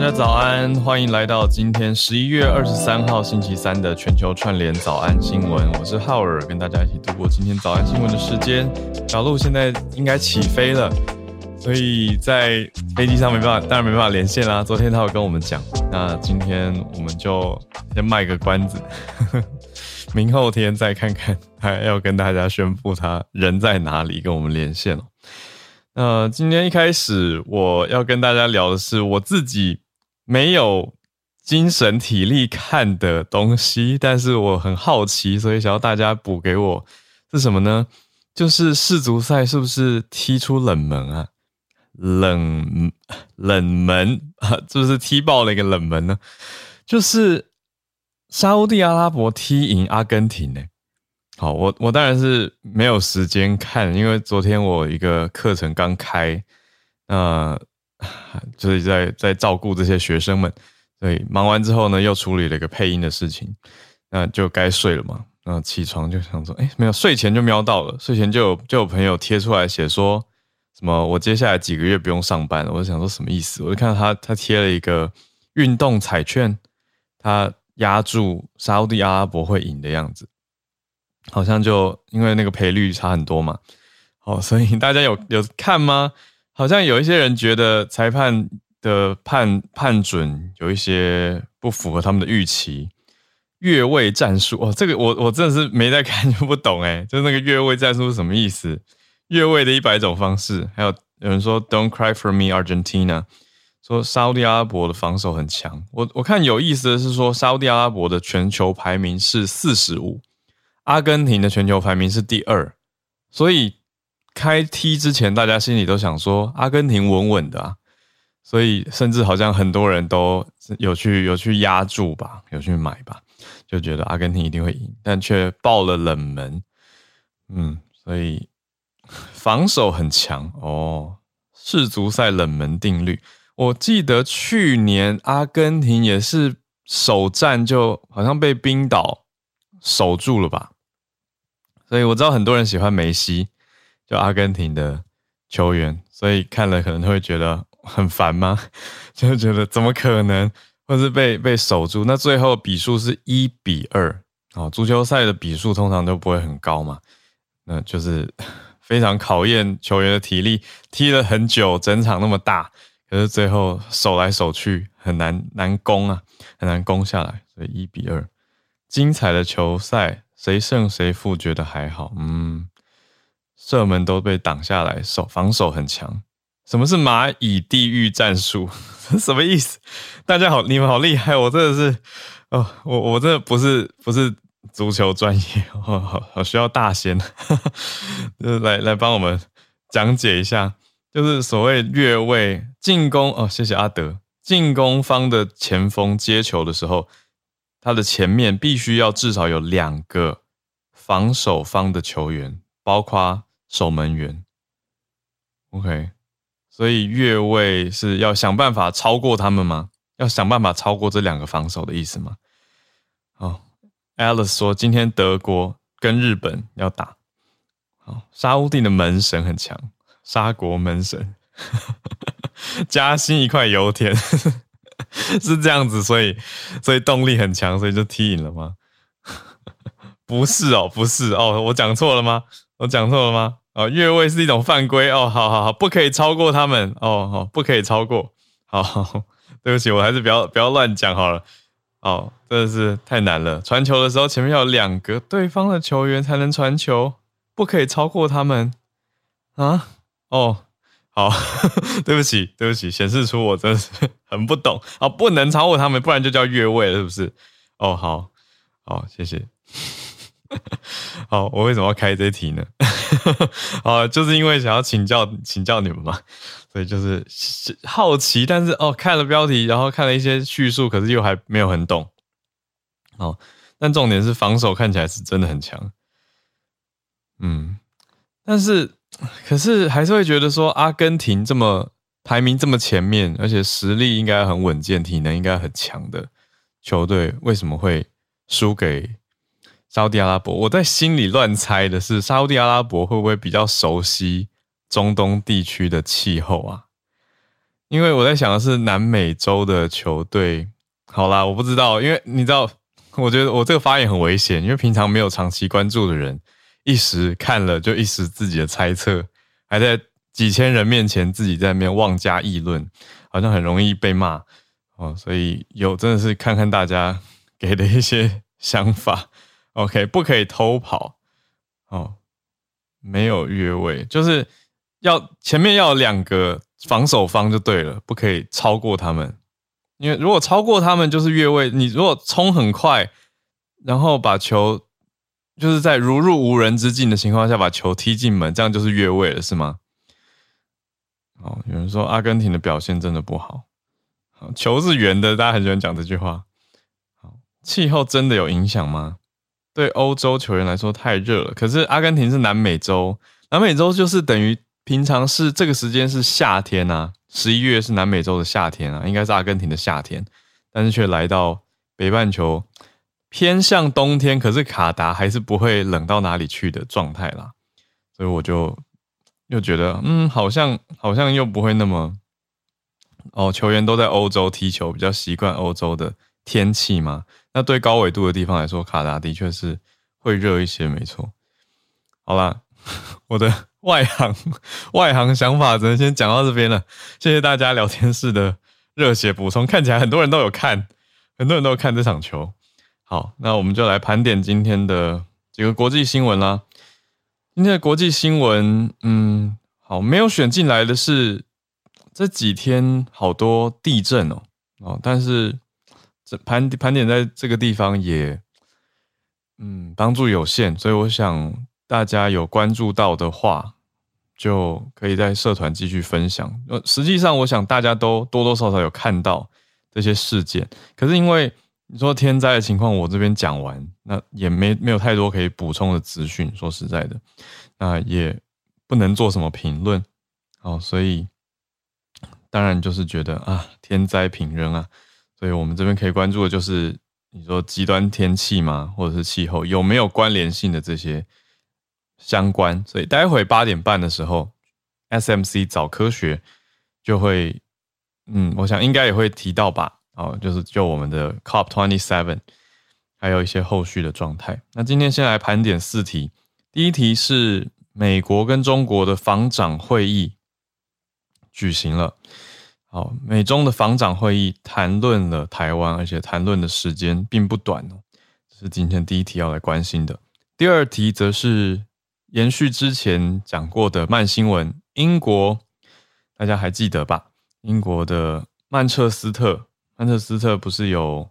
家早安，欢迎来到今天11月23号星期三的全球串联早安新闻。我是浩尔，跟大家一起度过今天早安新闻的时间。小鹿现在应该起飞了，所以在飞机上当然没办法连线啦。昨天他有跟我们讲，那今天我们就先卖个关子，明后天再看看他要跟大家宣布他人在哪里，跟我们连线哦。今天一开始我要跟大家聊的是我自己没有精神体力看的东西，但是我很好奇，所以想要大家补给我是什么呢？就是世足赛是不是踢出冷门啊？冷门是不是踢爆了一个冷门呢？就是沙烏地阿拉伯踢赢阿根廷欸。好，我当然是没有时间看，因为昨天我一个课程刚开，就是在照顾这些学生们，所以忙完之后呢，又处理了一个配音的事情，那就该睡了嘛。然后起床就想说，没有，睡前就瞄到了，睡前就有朋友贴出来写说什么我接下来几个月不用上班了，我就想说什么意思？我就看到他贴了一个运动彩券，他压住沙烏地阿拉伯会赢的样子。好像就因为那个赔率差很多嘛，所以大家有看吗？好像有一些人觉得裁判的判准有一些不符合他们的预期。越位战术这个我真的是没在看就不懂就是那个越位战术是什么意思？越位的100种方式，还有人说 Don't cry for me Argentina， 说沙烏地阿拉伯的防守很强。我看有意思的是说沙烏地阿拉伯的全球排名是45。阿根廷的全球排名是第2，所以开踢之前大家心里都想说阿根廷稳稳的啊，所以甚至好像很多人都有去压注吧，有去买吧，就觉得阿根廷一定会赢，但却爆了冷门。所以防守很强世足赛冷门定律。我记得去年阿根廷也是首战就好像被冰岛守住了吧，所以我知道很多人喜欢梅西，就阿根廷的球员，所以看了可能会觉得很烦吗？就觉得怎么可能，或是被守住。那最后比数是1-2，足球赛的比数通常都不会很高嘛，那就是非常考验球员的体力，踢了很久，整场那么大，可是最后守来守去很难攻啊，很难攻下来，所以1-2。精彩的球赛，谁胜谁负觉得还好。射门都被挡下来，防守很强。什么是蚂蚁地狱战术？什么意思？大家好，你们好厉害，我真的是我真的不是足球专业，好需要大仙就是来帮我们讲解一下，就是所谓越位进攻谢谢阿德，进攻方的前锋接球的时候，他的前面必须要至少有2个防守方的球员，包括守门员。OK， 所以越位是要想办法超过他们吗？要想办法超过这2个防守的意思吗？Alice 说今天德国跟日本要打。沙烏地的门神很强，沙国门神加薪1块油田是这样子，所以动力很强，所以就踢赢了吗？不是我讲错了吗？越位是一种犯规好，不可以超过他们不可以超过。好，对不起，我还是不要乱讲好了。真的是太难了。传球的时候前面要有2个对方的球员才能传球，不可以超过他们啊。好对不起，显示出我真的是很不懂不能超过他们，不然就叫越位了，是不是？好，谢谢。好，我为什么要开这题呢？就是因为想要请教你们嘛，所以就是好奇，但是看了标题，然后看了一些叙述，可是又还没有很懂。但重点是防守看起来是真的很强。但是可是还是会觉得说阿根廷排名这么前面，而且实力应该很稳健，体能应该很强的球队，为什么会输给沙烏地阿拉伯？我在心里乱猜的是沙烏地阿拉伯会不会比较熟悉中东地区的气候啊？ 因为我在想的是南美洲的球队。好啦，我不知道，因为你知道，我觉得我这个发言很危险，因为平常没有长期关注的人，一时看了就一时自己的猜测，还在几千人面前自己在那边妄加议论，好像很容易被骂哦。所以真的是看看大家给的一些想法。OK， 不可以偷跑哦，没有越位，就是前面要有2个防守方就对了，不可以超过他们。因为如果超过他们就是越位，你如果冲很快，然后把球就是在如入无人之境的情况下把球踢进门，这样就是越位了，是吗？哦，有人说阿根廷的表现真的不好。好，球是圆的，大家很喜欢讲这句话。好，气候真的有影响吗？对欧洲球员来说太热了，可是阿根廷是南美洲，南美洲就是等于平常是这个时间是夏天啊，11月是南美洲的夏天啊，应该是阿根廷的夏天，但是却来到北半球偏向冬天，可是卡达还是不会冷到哪里去的状态啦，所以我就又觉得好像又不会那么球员都在欧洲踢球，比较习惯欧洲的天气嘛。那对高纬度的地方来说，卡达的确是会热一些，没错。好啦，我的外行想法只能先讲到这边了。谢谢大家聊天室的热血补充，看起来很多人都有看这场球。好，那我们就来盘点今天的几个国际新闻啦。今天的国际新闻，好，没有选进来的是这几天好多地震但是盘点在这个地方也帮助有限，所以我想大家有关注到的话，就可以在社团继续分享。实际上我想大家都多多少少有看到这些事件，可是因为你说天灾的情况我这边讲完，那也没有太多可以补充的资讯，说实在的，那也不能做什么评论，所以当然就是觉得天灾平人啊，所以我们这边可以关注的就是你说极端天气吗，或者是气候有没有关联性的这些相关，所以待会8点半的时候 SMC 早科学就会我想应该也会提到吧，就我们的 COP27 还有一些后续的状态。那今天先来盘点4题，第一题是美国跟中国的防长会议举行了。好，美中的防长会议谈论了台湾，而且谈论的时间并不短这是今天第一题要来关心的。第二题则是延续之前讲过的慢新闻，英国大家还记得吧？英国的曼彻斯特不是有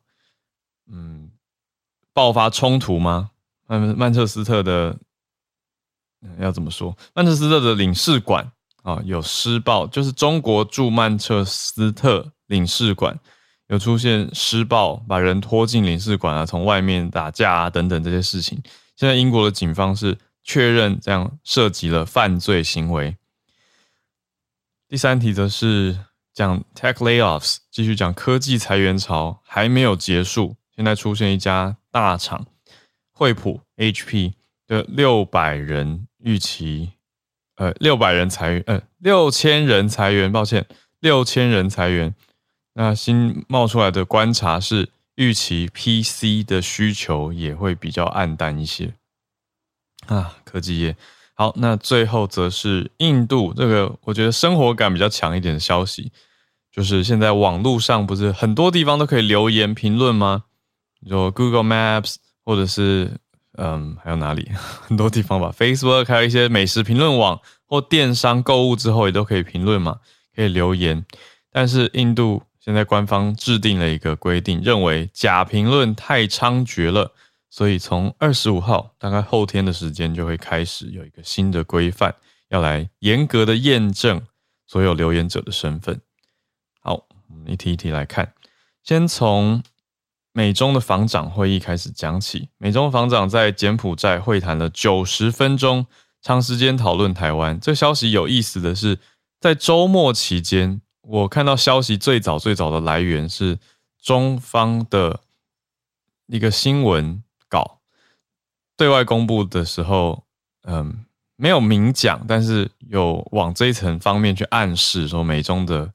爆发冲突吗？曼彻斯特的要怎么说？曼彻斯特的领事馆有施暴，就是中国驻曼彻斯特领事馆有出现施暴，把人拖进领事馆从外面打架等等这些事情。现在英国的警方是确认这样涉及了犯罪行为。第三题则是讲 tech layoffs， 继续讲科技裁员潮还没有结束，现在出现一家大厂惠普 HP 的600人预期6000人裁员，抱歉，6000人裁员。那新冒出来的观察是，预期 PC 的需求也会比较暗淡一些科技业。好，那最后则是印度，这个我觉得生活感比较强一点的消息，就是现在网络上不是很多地方都可以留言评论吗？你说 Google Maps 或者是还有哪里？很多地方吧 ，Facebook 还有一些美食评论网或电商购物之后也都可以评论嘛，可以留言。但是印度现在官方制定了一个规定，认为假评论太猖獗了，所以从25号大概后天的时间就会开始有一个新的规范，要来严格的验证所有留言者的身份。好，我们一题一题来看，先从美中的防长会议开始讲起。美中防长在柬埔寨会谈了90分钟，长时间讨论台湾。这消息有意思的是，在周末期间，我看到消息最早的来源是中方的一个新闻稿，对外公布的时候，没有明讲，但是有往这一层方面去暗示说美中的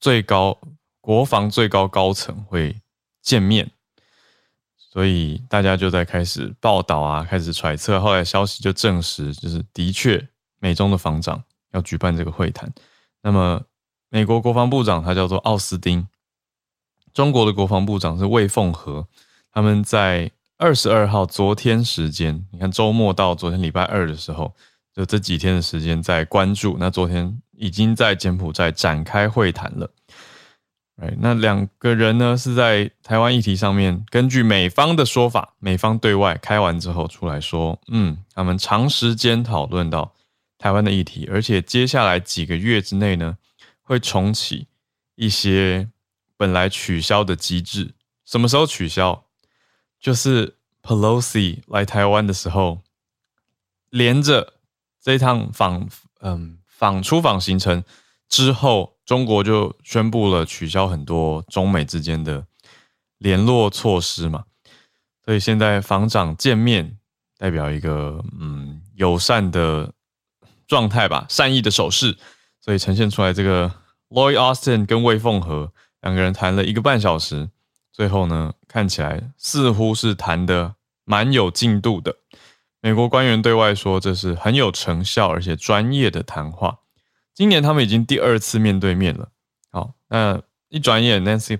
国防最高高层会见面，所以大家就在开始报道啊，开始揣测。后来消息就证实，就是的确美中的防长要举办这个会谈。那么美国国防部长他叫做奥斯汀，中国的国防部长是魏凤和，他们在22号昨天时间，你看周末到昨天礼拜二的时候，就这几天的时间在关注，那昨天已经在柬埔寨展开会谈了。那两个人呢是在台湾议题上面，根据美方的说法，美方对外开完之后出来说，他们长时间讨论到台湾的议题，而且接下来几个月之内呢，会重启一些本来取消的机制。什么时候取消？就是 Pelosi 来台湾的时候，连着这一趟出访行程之后，中国就宣布了取消很多中美之间的联络措施嘛，所以现在防长见面代表一个友善的状态吧，善意的手势，所以呈现出来这个 Lloyd Austin 跟魏凤和两个人谈了1个半小时，最后呢看起来似乎是谈得蛮有进度的。美国官员对外说这是很有成效而且专业的谈话。今年他们已经第2次面对面了。好，那一转眼 Speaker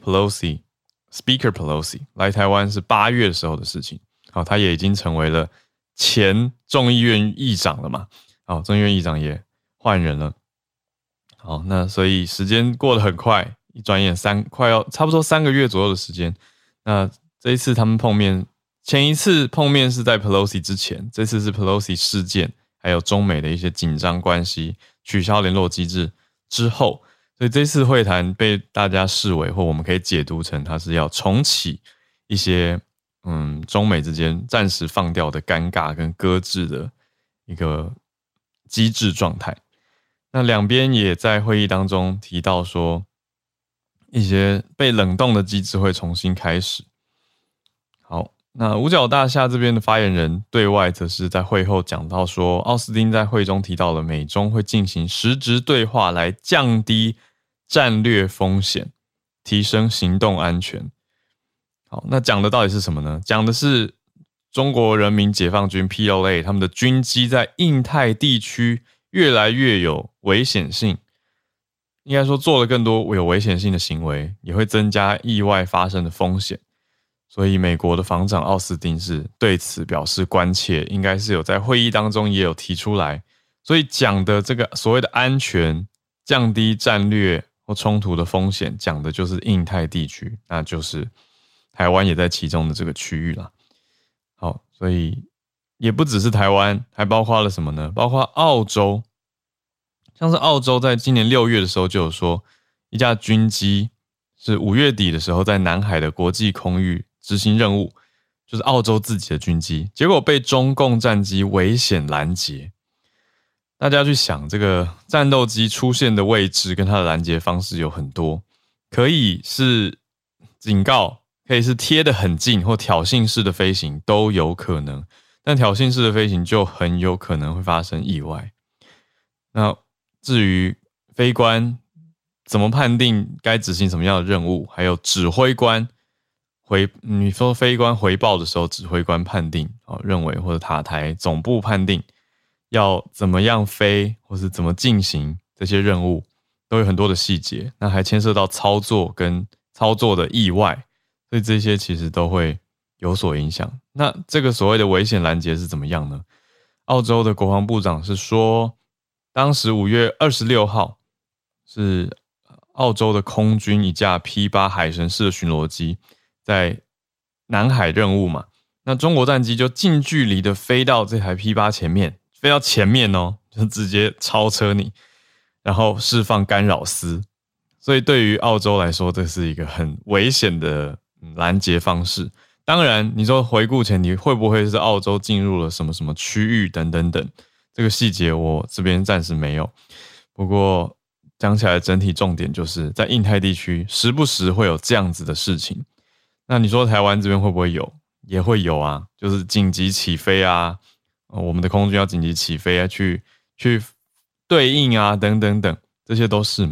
Pelosi 来台湾是8月的时候的事情。好，他也已经成为了前众议院议长了嘛。好，众议院议长也换人了。好，那所以时间过得很快，一转眼快要差不多3个月左右的时间。那这一次他们碰面，前一次碰面是在 Pelosi 之前，这次是 Pelosi 事件还有中美的一些紧张关系取消联络机制之后，所以这次会谈被大家视为，或我们可以解读成它是要重启一些中美之间暂时放掉的尴尬跟搁置的一个机制状态。那两边也在会议当中提到说，一些被冷冻的机制会重新开始。好，那五角大厦这边的发言人对外则是在会后讲到说，奥斯汀在会中提到了美中会进行实质对话来降低战略风险，提升行动安全。好，那讲的到底是什么呢？讲的是中国人民解放军 PLA 他们的军机在印太地区越来越有危险性，应该说做了更多有危险性的行为，也会增加意外发生的风险。所以美国的防长奥斯汀是对此表示关切，应该是有在会议当中也有提出来。所以讲的这个所谓的安全，降低战略或冲突的风险，讲的就是印太地区，那就是台湾也在其中的这个区域啦。好，所以也不只是台湾，还包括了什么呢？包括澳洲，像是澳洲在今年6月的时候就有说，一架军机是5月底的时候在南海的国际空域执行任务，就是澳洲自己的军机，结果被中共战机危险拦截。大家去想，这个战斗机出现的位置跟它的拦截方式有很多，可以是警告，可以是贴得很近，或挑衅式的飞行都有可能。但挑衅式的飞行就很有可能会发生意外。那至于飞官怎么判定该执行什么样的任务，还有指挥官你说飞官回报的时候，指挥官判定认为，或者塔台总部判定要怎么样飞，或是怎么进行这些任务，都有很多的细节。那还牵涉到操作跟操作的意外，所以这些其实都会有所影响。那这个所谓的危险拦截是怎么样呢？澳洲的国防部长是说，当时5月26号是澳洲的空军一架 P8 海神式的巡逻机在南海任务嘛，那中国战机就近距离的飞到这台 P8 前面，飞到前面就直接超车你，然后释放干扰丝。所以对于澳洲来说，这是一个很危险的拦截方式。当然你说回顾前提会不会是澳洲进入了什么什么区域等等等，这个细节我这边暂时没有。不过讲起来整体重点就是在印太地区时不时会有这样子的事情。那你说台湾这边会不会有？也会有啊，就是紧急起飞啊，我们的空军要紧急起飞啊，去对应啊，等等等，这些都是嘛。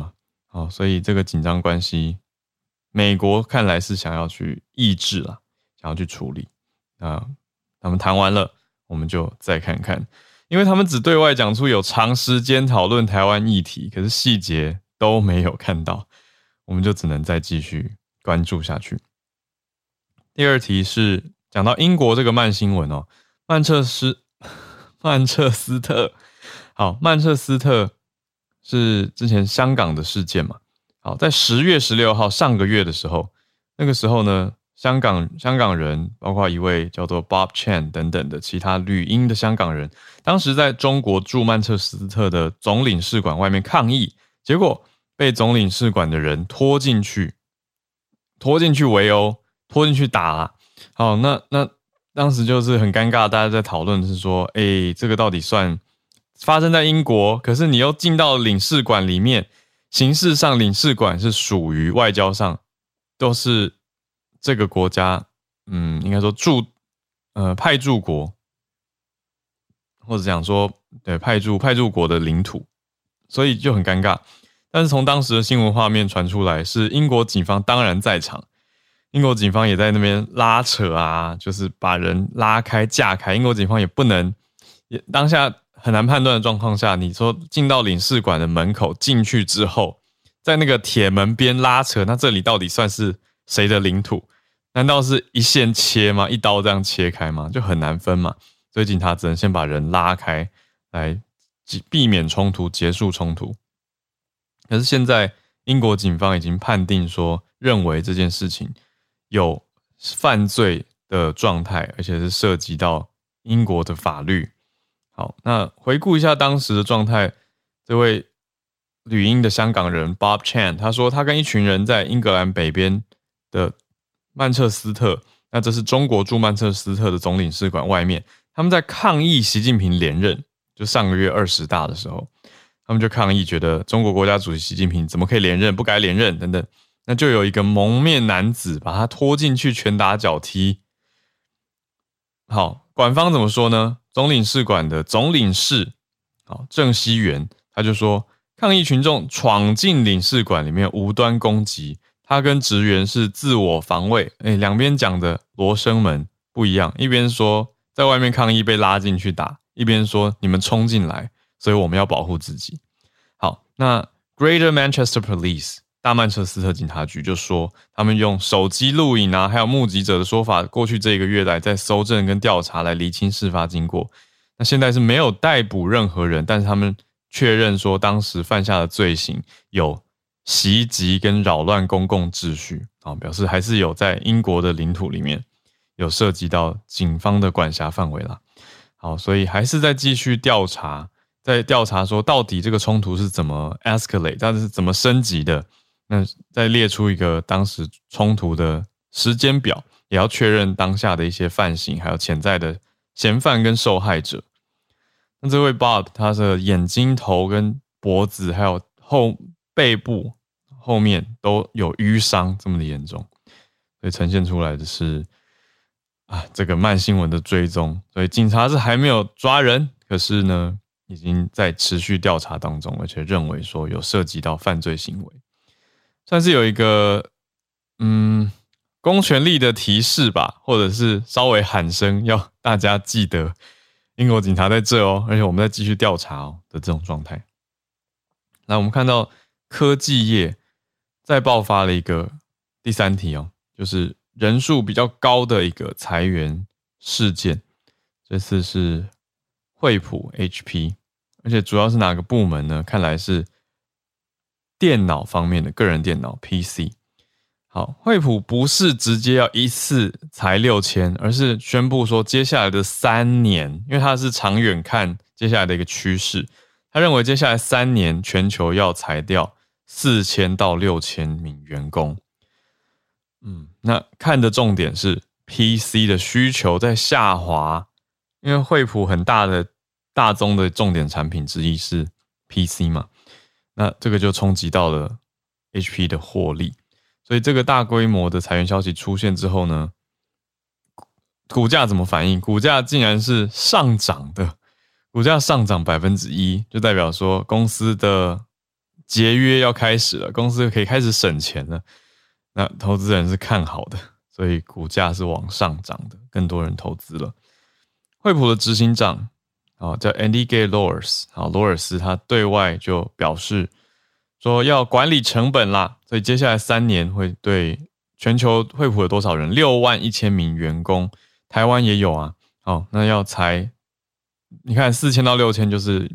好，所以这个紧张关系，美国看来是想要去抑制啦，想要去处理。那他们谈完了，我们就再看看，因为他们只对外讲出有长时间讨论台湾议题，可是细节都没有看到，我们就只能再继续关注下去。第二题是讲到英国这个慢新闻哦，曼彻斯特，好，曼彻斯特是之前香港的事件嘛？好，在10月16号上个月的时候，那个时候呢，香港人，包括一位叫做 Bob Chan 等等的其他旅英的香港人，当时在中国驻曼彻斯特的总领事馆外面抗议，结果被总领事馆的人拖进去围殴，拖进去打啦。好，那当时就是很尴尬，大家在讨论是说，这个到底算发生在英国，可是你又进到领事馆里面，形式上领事馆是属于外交上都是这个国家，应该说派驻国，或者讲说对派驻国的领土，所以就很尴尬。但是从当时的新闻画面传出来，是英国警方当然在场，英国警方也在那边拉扯啊，就是把人拉开架开。英国警方也不能，当下很难判断的状况下，你说进到领事馆的门口进去之后，在那个铁门边拉扯，那这里到底算是谁的领土？难道是一线切吗？一刀这样切开吗？就很难分嘛。所以警察只能先把人拉开，来避免冲突，结束冲突。可是现在英国警方已经判定说，认为这件事情有犯罪的状态，而且是涉及到英国的法律。好，那回顾一下当时的状态，这位旅英的香港人 Bob Chan 他说，他跟一群人在英格兰北边的曼彻斯特，那这是中国驻曼彻斯特的总领事馆外面，他们在抗议习近平连任，就上个月20大的时候，他们就抗议，觉得中国国家主席习近平怎么可以连任，不该连任等等。那就有一个蒙面男子把他拖进去拳打脚踢。好，管方怎么说呢？总领事馆的总领事郑熙元他就说，抗议群众闯进领事馆里面无端攻击，他跟职员是自我防卫。两边讲的罗生门不一样，一边说在外面抗议被拉进去打，一边说你们冲进来，所以我们要保护自己。好，那 Greater Manchester Police 大曼彻斯特警察局就说，他们用手机录影啊，还有目击者的说法，过去这个月来在搜证跟调查来厘清事发经过。那现在是没有逮捕任何人，但是他们确认说，当时犯下的罪行有袭击跟扰乱公共秩序，表示还是有在英国的领土里面有涉及到警方的管辖范围啦。好，所以还是在继续调查，在调查说到底这个冲突是怎么 escalate， 它是怎么升级的。那再列出一个当时冲突的时间表，也要确认当下的一些犯行，还有潜在的嫌犯跟受害者。那这位 Bob 他的眼睛、头跟脖子还有背部后面都有淤伤，这么的严重，所以呈现出来的是这个慢新闻的追踪。所以警察是还没有抓人，可是呢已经在持续调查当中，而且认为说有涉及到犯罪行为，算是有一个公权力的提示吧，或者是稍微喊声要大家记得英国警察在这哦，而且我们在继续调查的这种状态。那我们看到科技业再爆发了一个第三题就是人数比较高的一个裁员事件，这次是惠普 HP， 而且主要是哪个部门呢？看来是电脑方面的个人电脑 PC。 好，惠普不是直接要一次裁6000，而是宣布说接下来的3年，因为它是长远看接下来的一个趋势，他认为接下来3年全球要裁掉4000到6000名员工。那看的重点是 PC 的需求在下滑，因为惠普很大宗的重点产品之一是 PC 嘛，那这个就冲击到了 HP 的获利。所以这个大规模的裁员消息出现之后呢，股价怎么反应？股价竟然是上涨的，股价上涨 1%， 就代表说公司的节约要开始了，公司可以开始省钱了。那投资人是看好的，所以股价是往上涨的，更多人投资了。惠普的执行长叫 Andy Gay Lowers， 罗尔斯他对外就表示说要管理成本啦，所以接下来3年会对全球惠普有多少人？61000名员工，台湾也有啊。那要裁，你看4000到6000就是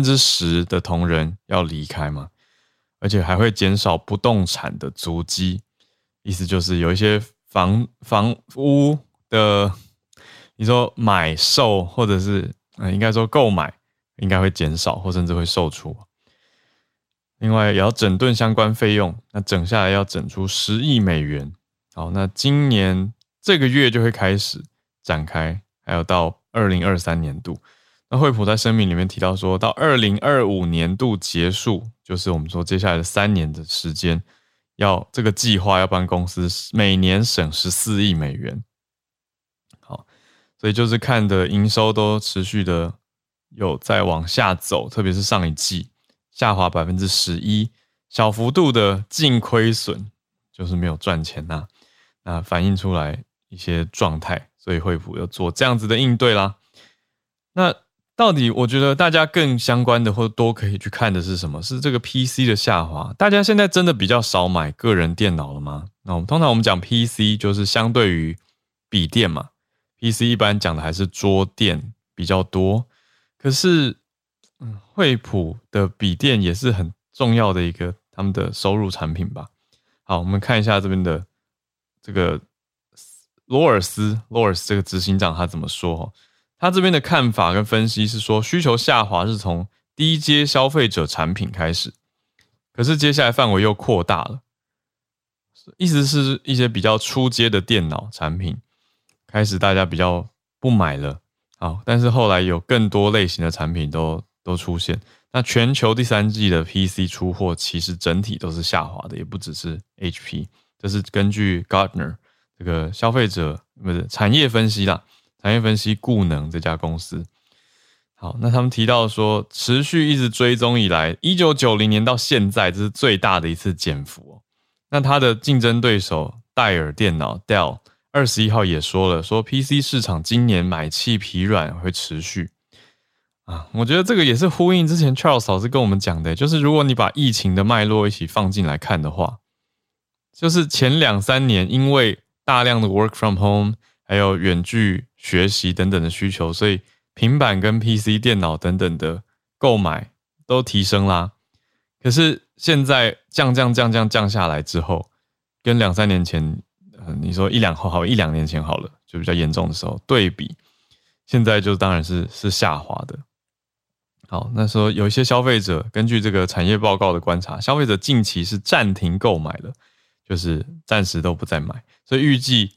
10%的同仁要离开嘛，而且还会减少不动产的足迹，意思就是有一些房屋的，你说买售或者是应该说购买应该会减少，或甚至会售出。另外也要整顿相关费用，那整下来要整出10亿美元。好，那今年这个月就会开始展开，还有到2023年度。那惠普在声明里面提到说，到2025年度结束，就是我们说接下来的3年的时间，要这个计划要帮公司每年省14亿美元。好，所以就是看的营收都持续的有在往下走，特别是上一季下滑11%，小幅度的净亏损，就是没有赚钱呐。那反映出来一些状态，所以惠普要做这样子的应对啦。那到底我觉得大家更相关的或多可以去看的是什么？是这个 PC 的下滑。大家现在真的比较少买个人电脑了吗？那通常我们讲 PC 就是相对于笔电嘛， PC 一般讲的还是桌垫比较多。可是惠普的笔电也是很重要的一个他们的收入产品吧。好，我们看一下这边的这个罗尔斯这个执行长他怎么说。他这边的看法跟分析是说，需求下滑是从低阶消费者产品开始，可是接下来范围又扩大了，意思是一些比较初阶的电脑产品开始大家比较不买了。好，但是后来有更多类型的产品都出现。那全球第3季的 PC 出货其实整体都是下滑的，也不只是 HP， 这是根据 Gartner 这个消费者不是产业分析啦，产业分析顾能这家公司。好，那他们提到说，持续一直追踪以来，1990年到现在，这是最大的一次减幅。那他的竞争对手戴尔电脑 Dell 21号也说了，说 PC 市场今年买气疲软会持续。我觉得这个也是呼应之前 Charles 老师跟我们讲的，就是如果你把疫情的脉络一起放进来看的话，就是前2-3年因为大量的 work from home 还有远距学习等等的需求，所以平板跟 PC 电脑等等的购买都提升啦。可是现在降下来之后，跟2-3年前你说1-2年前好了，就比较严重的时候对比，现在就当然是下滑的。好，那说有一些消费者根据这个产业报告的观察，消费者近期是暂停购买了，就是暂时都不再买，所以预计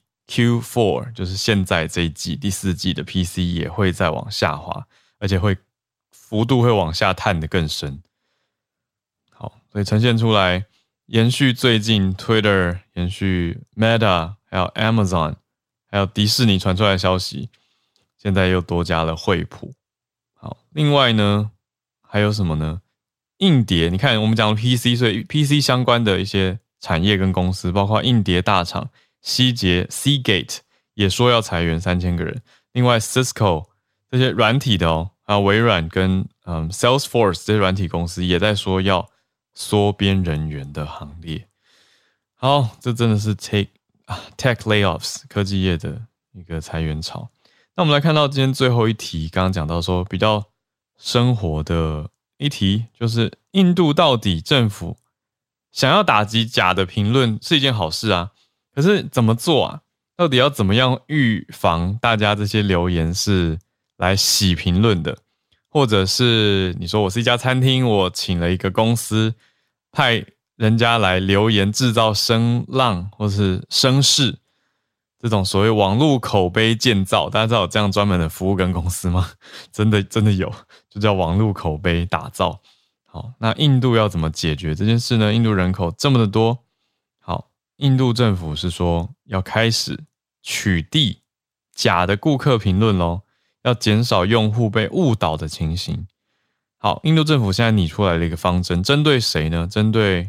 Q4 就是现在这一季第4季的 PC 也会再往下滑，而且幅度会往下探得更深。好，所以呈现出来延续最近 Twitter 延续 Meta 还有 Amazon 还有迪士尼传出来的消息，现在又多加了惠普。好，另外呢还有什么呢？硬碟，你看我们讲 PC， 所以 PC 相关的一些产业跟公司，包括硬碟大厂Seagate 也说要裁员3000个人。另外 Cisco 这些软体的还有微软跟Salesforce 这些软体公司也在说要缩编人员的行列。好，这真的是 tech layoffs 科技业的一个裁员潮。那我们来看到今天最后一题，刚刚讲到说比较生活的一题，就是印度到底政府想要打击假的评论是一件好事啊，可是怎么做啊？到底要怎么样预防大家这些留言是来洗评论的，或者是你说我是一家餐厅，我请了一个公司派人家来留言制造声浪或是声势，这种所谓网络口碑建造，大家知道有这样专门的服务跟公司吗？真的有，就叫网络口碑打造。好，那印度要怎么解决这件事呢？印度人口这么的多，好，印度政府是说要开始取缔假的顾客评论咯，要减少用户被误导的情形。 好，印度政府现在拟出来了一个方针，针对谁呢？针对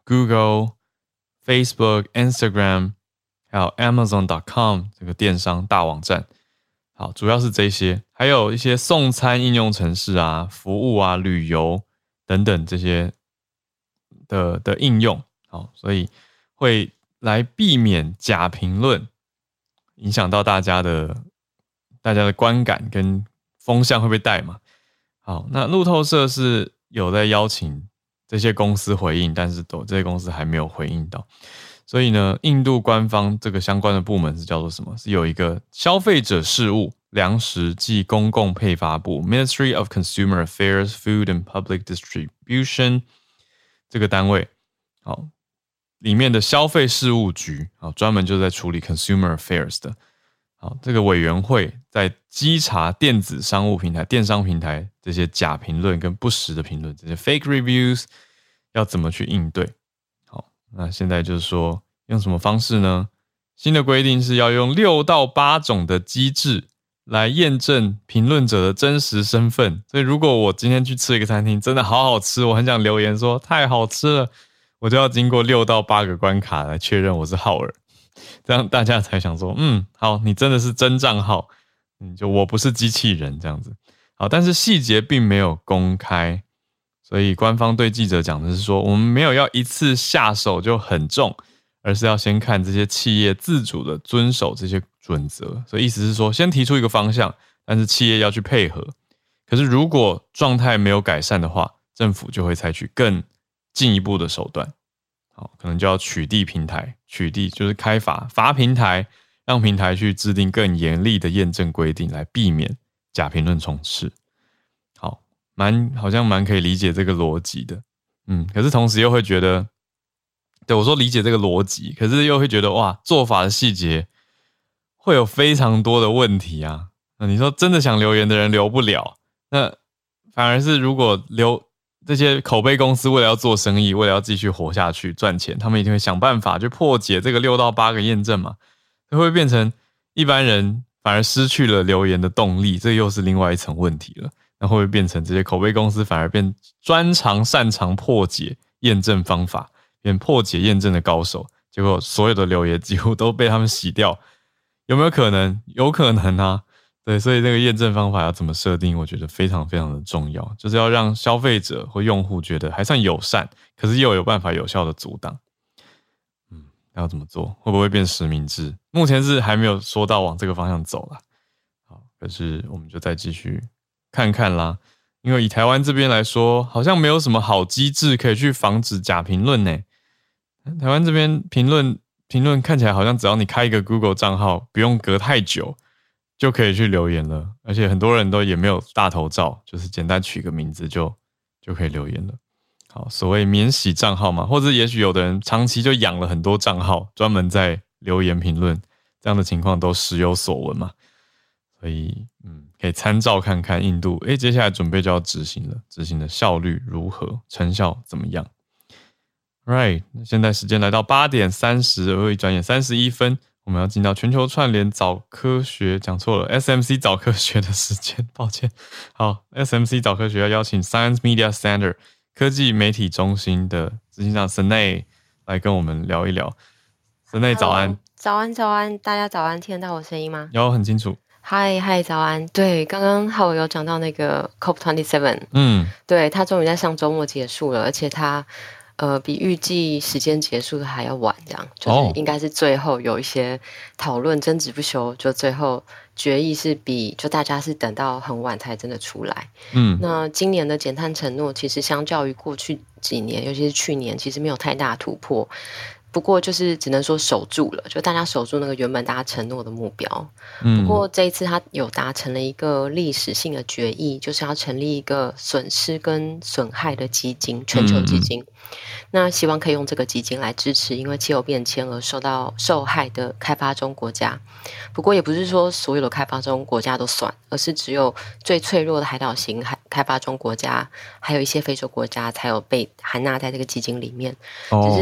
Google、Facebook、Instagram 还有 Amazon.com 这个电商大网站。好，主要是这些，还有一些送餐应用程式啊、服务啊、旅游等等这些的应用。好，所以会来避免假评论影响到大家的观感跟风向会被带嘛。好，那路透社是有在邀请这些公司回应，但是这些公司还没有回应到。所以呢，印度官方这个相关的部门是叫做什么？是有一个消费者事务、粮食及公共配发部 （Ministry of Consumer Affairs, Food and Public Distribution） 这个单位，好，里面的消费事务局，好，专门就在处理 consumer affairs 的。好，这个委员会在稽查电子商务平台、电商平台这些假评论跟不实的评论，这些 fake reviews 要怎么去应对？好，那现在就是说用什么方式呢？新的规定是要用6到8种的机制来验证评论者的真实身份。所以如果我今天去吃一个餐厅，真的好好吃，我很想留言说太好吃了，我就要经过6到8个关卡来确认我是浩尔。这样大家才想说，好，你真的是真账号，就我不是机器人这样子。好，但是细节并没有公开，所以官方对记者讲的是说，我们没有要一次下手就很重，而是要先看这些企业自主的遵守这些准则。所以意思是说，先提出一个方向，但是企业要去配合。可是如果状态没有改善的话，政府就会采取更进一步的手段。好，可能就要取缔平台，取缔就是开罚平台，让平台去制定更严厉的验证规定，来避免假评论充斥。好，好像蛮可以理解这个逻辑的，可是同时又会觉得，对我说理解这个逻辑，可是又会觉得哇，做法的细节会有非常多的问题啊。那你说真的想留言的人留不了，那反而是如果这些口碑公司为了要做生意，为了要继续活下去赚钱，他们一定会想办法去破解这个6到8个验证嘛，会不会变成一般人反而失去了留言的动力？这又是另外一层问题了。那会不会变成这些口碑公司反而变擅长破解验证方法，变破解验证的高手？结果所有的留言几乎都被他们洗掉，有没有可能？有可能啊。对，所以这个验证方法要怎么设定，我觉得非常非常的重要，就是要让消费者或用户觉得还算友善，可是又有办法有效的阻挡。要怎么做？会不会变实名制？目前是还没有说到往这个方向走啦。好，可是我们就再继续看看啦。因为以台湾这边来说，好像没有什么好机制可以去防止假评论呢。台湾这边评论看起来好像只要你开一个 Google 账号，不用隔太久就可以去留言了，而且很多人都也没有大头照，就是简单取个名字就可以留言了。好，所谓免洗账号嘛，或者也许有的人长期就养了很多账号，专门在留言评论，这样的情况都时有所闻嘛。所以可以参照看看印度，接下来准备就要执行了，执行的效率如何，成效怎么样。Right， 现在时间来到8点30，一转眼31分，我们要进到全球串联早科学，讲错了 ，SMC 早科学的时间，抱歉。好 ，SMC 早科学要邀请 Science Media Center 科技媒体中心的执行长 Senay 来跟我们聊一聊。Senay 早安。 早安，大家早安，听得到我声音吗？ 有，很清楚。 嗨，早安。对，刚刚浩有讲到那个 COP27，对，它终于在上周末结束了，而且它比预计时间结束的还要晚，这样就是应该是最后有一些讨论争执不休，就最后决议是就大家是等到很晚才真的出来。那今年的减碳承诺其实相较于过去几年，尤其是去年，其实没有太大突破。不过就是只能说守住了，就大家守住那个原本大家承诺的目标。不过这一次他有达成了一个历史性的决议，就是要成立一个损失跟损害的基金，全球基金。那希望可以用这个基金来支持因为气候变迁而受害的开发中国家。不过也不是说所有的开发中国家都算，而是只有最脆弱的海岛型开发中国家，还有一些非洲国家才有被含纳在这个基金里面。就是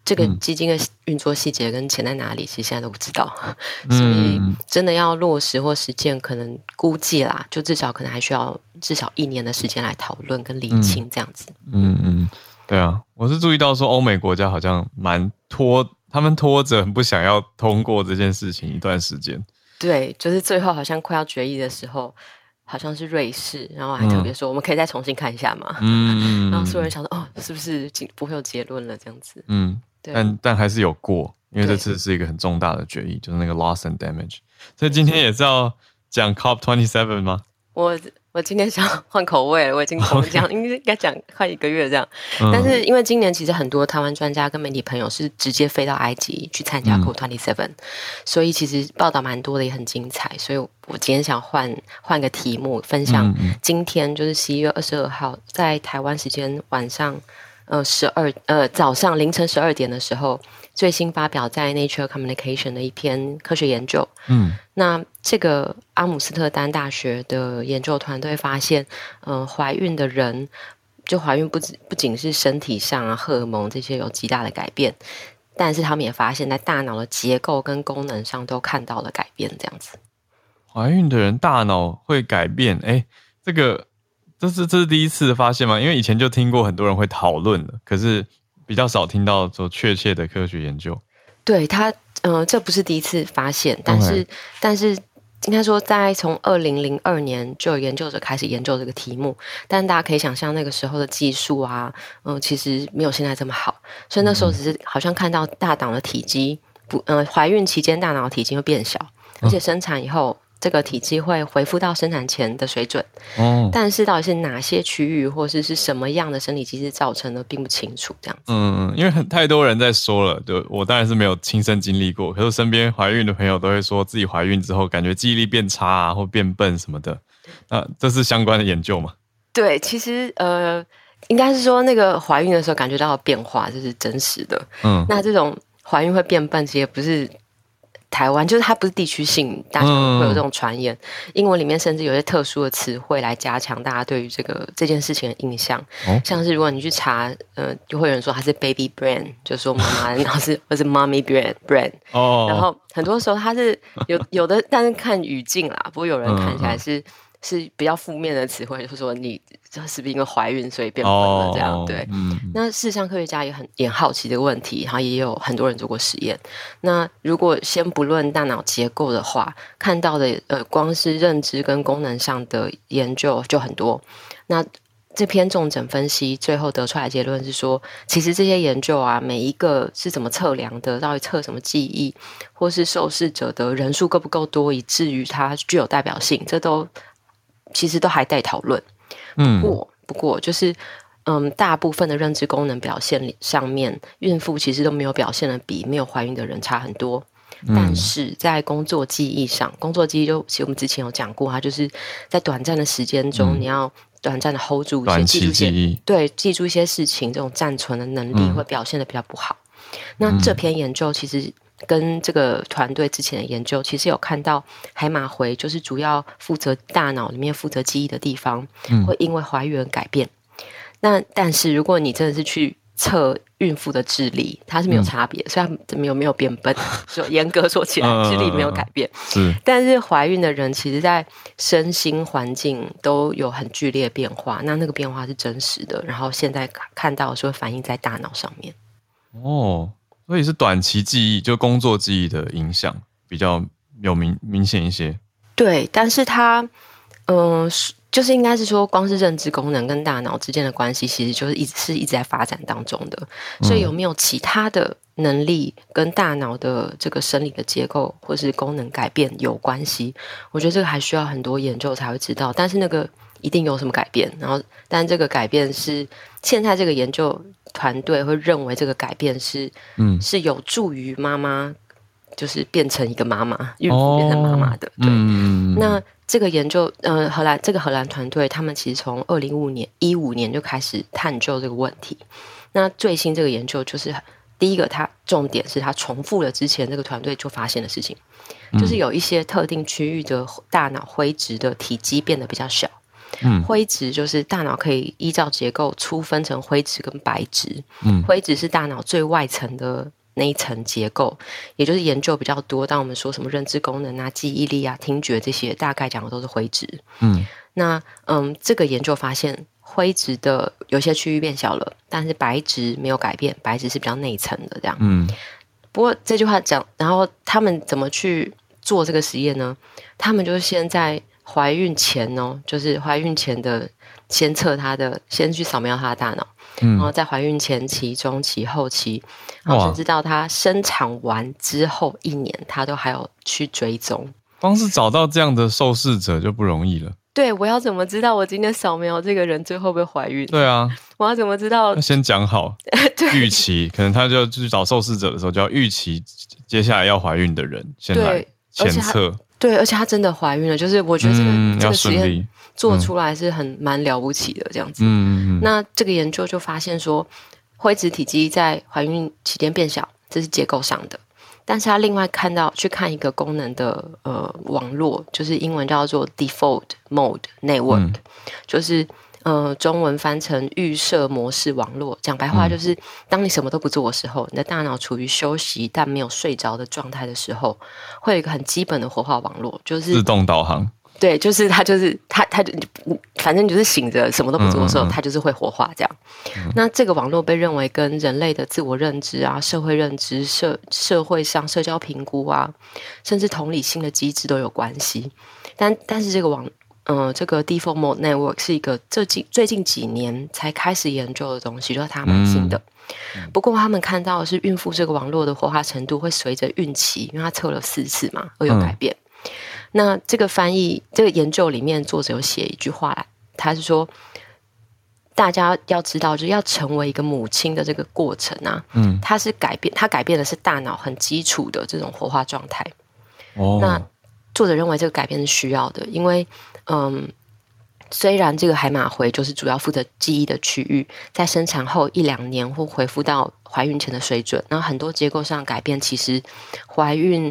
这个基金的运作细节跟钱在哪里，其实现在都不知道，所以真的要落实或实践，可能估计啦，就至少可能还需要至少1年的时间来讨论跟理清这样子。 对啊，我是注意到说欧美国家好像他们拖着不想要通过这件事情一段时间。 对，就是最后好像快要决议的时候，好像是瑞士，然后还特别说我们可以再重新看一下嘛。然后所有人想说是不是不会有结论了这样子？ 对，但还是有过，因为这次是一个很重大的决议，就是那个 loss and damage。所以今天也是要讲 COP27 吗？ 我今天想换口味了，我已经讲应该讲快1个月这样。但是因为今年其实很多台湾专家跟媒体朋友是直接飞到埃及去参加 COP27，所以其实报道蛮多的，也很精彩。所以我今天想换个题目，分享今天就是11月22号在台湾时间晚上早上凌晨12点的时候，最新发表在 Nature Communication 的一篇科学研究。那这个阿姆斯特丹大学的研究团队发现，怀孕的人，就怀孕不仅是身体上啊荷尔蒙这些有极大的改变，但是他们也发现在大脑的结构跟功能上都看到了改变，这样子。 怀孕的人大脑会改变，这是第一次发现吗？因为以前就听过很多人会讨论了，可是比较少听到说确切的科学研究。 对他，这不是第一次发现，但是应该说，在从2002年就有研究者开始研究这个题目，但大家可以想象那个时候的技术啊，其实没有现在这么好，所以那时候只是好像看到大脑的体积怀孕期间大脑的体积会变小，而且生产以后这个体积会恢复到生产前的水准。但是到底是哪些区域或是什么样的生理机制造成的并不清楚这样子。 因为太多人在说了，就我当然是没有亲身经历过，可是身边怀孕的朋友都会说自己怀孕之后感觉记忆力变差啊，或变笨什么的。那这是相关的研究吗？ 对，其实应该是说那个怀孕的时候感觉到的变化这是真实的。那这种怀孕会变笨其实也不是台湾，就是它不是地区性，大家会有这种传言。英文里面甚至有些特殊的词汇来加强大家对于这件事情的印象。像是如果你去查，就会有人说它是 baby brain， 就说妈妈的脑是或是 mommy brain。然后很多时候它是有的，但是看语境啦。不过有人看起来是比较负面的词汇，就是说你是不是因为怀孕所以变笨了这样。对，那事实上科学家也很好奇这个问题，然后也有很多人做过实验。那如果先不论大脑结构的话，看到的光是认知跟功能上的研究就很多。那这篇重诊分析最后得出来的结论是说，其实这些研究啊，每一个是怎么测量的，到底测什么记忆，或是受试者的人数够不够多，以至于它具有代表性，这都其实都还待讨论。不过就是大部分的认知功能表现上面，孕妇其实都没有表现的比没有怀孕的人差很多。但是在工作记忆上，工作记忆就其实我们之前有讲过，它就是在短暂的时间中，你要短暂的 hold 住一些，记住一些，对，记住一些事情，这种暂存的能力会表现的比较不好。那这篇研究其实跟这个团队之前的研究，其实有看到海马回就是主要负责大脑里面负责记忆的地方，会因为怀孕而改变。但是如果你真的是去测孕妇的智力，它是没有差别，所以它没有变笨。就严格说起来，智力没有改变。但是怀孕的人其实在身心环境都有很剧烈变化，那个变化是真实的，然后现在看到的是会反映在大脑上面。 所以是短期记忆，就工作记忆的影响比较有明显一些。对， 但是它就是应该是说，光是认知功能跟大脑之间的关系，其实就是一直在发展当中的。所以有没有其他的能力跟大脑的这个生理的结构或是功能改变有关系？我觉得这个还需要很多研究才会知道。但是那个一定有什么改变，但这个改变是现在这个研究团队会认为这个改变是有助于妈妈，就是变成一个妈妈，孕妇变成妈妈的。对，那这个研究，荷兰团队，他们其实从2015年就开始探究这个问题。那最新这个研究就是第一个，它重点是它重复了之前这个团队就发现的事情，就是有一些特定区域的大脑灰质的体积变得比较小。 灰质就是大脑可以依照结构粗分成灰质跟白质。灰质是大脑最外层的那一层结构，也就是研究比较多。当我们说什么认知功能啊、记忆力啊、听觉这些，大概讲的都是灰质。那这个研究发现，灰质的有些区域变小了，但是白质没有改变，白质是比较内层的这样。不过这句话讲，然后他们怎么去做这个实验呢？他们就是先在怀孕前就是怀孕前的先测她的，先去扫描她的大脑，然后在怀孕前期、中期、后期，然后甚至到她生产完之后1年，她都还有去追踪。 光是找到这样的受试者就不容易了。 对，我要怎么知道我今天扫描这个人最后会不会怀孕？ 对啊， 我要怎么知道？ 要先讲好预期，可能他就去找受试者的时候，就要预期接下来要怀孕的人先来前测。 对，而且她真的怀孕了，就是我觉得这个实验做出来是蛮了不起的这样子。那这个研究就发现说，灰质体积在怀孕期间变小，这是结构上的。但是他另外去看一个功能的网络，就是英文叫做 Default Mode Network，就是中文翻成预设模式网络。讲白话就是，当你什么都不做的时候，你的大脑处于休息但没有睡着的状态的时候，会有一个很基本的活化网络，就是自动导航。 对，就是它反正你就是醒着什么都不做的时候，它就是会活化这样。那这个网络被认为跟人类的自我认知啊、社会认知、社会上社交评估啊，甚至同理心的机制都有关系。但是这个这个 Default Mode Network 是一个最近几年才开始研究的东西，就是它蛮新的。不过他们看到的是孕妇这个网络的活化程度会随着孕期，因为它测了4次嘛，而有改变。那这个研究里面，作者有写一句话来，他是说，大家要知道，就是要成为一个母亲的这个过程啊，它改变的是大脑很基础的这种活化状态。那作者认为这个改变是需要的，因为虽然这个海马回就是主要负责记忆的区域，在生产后1-2年会恢复到怀孕前的水准，然后很多结构上改变，其实怀孕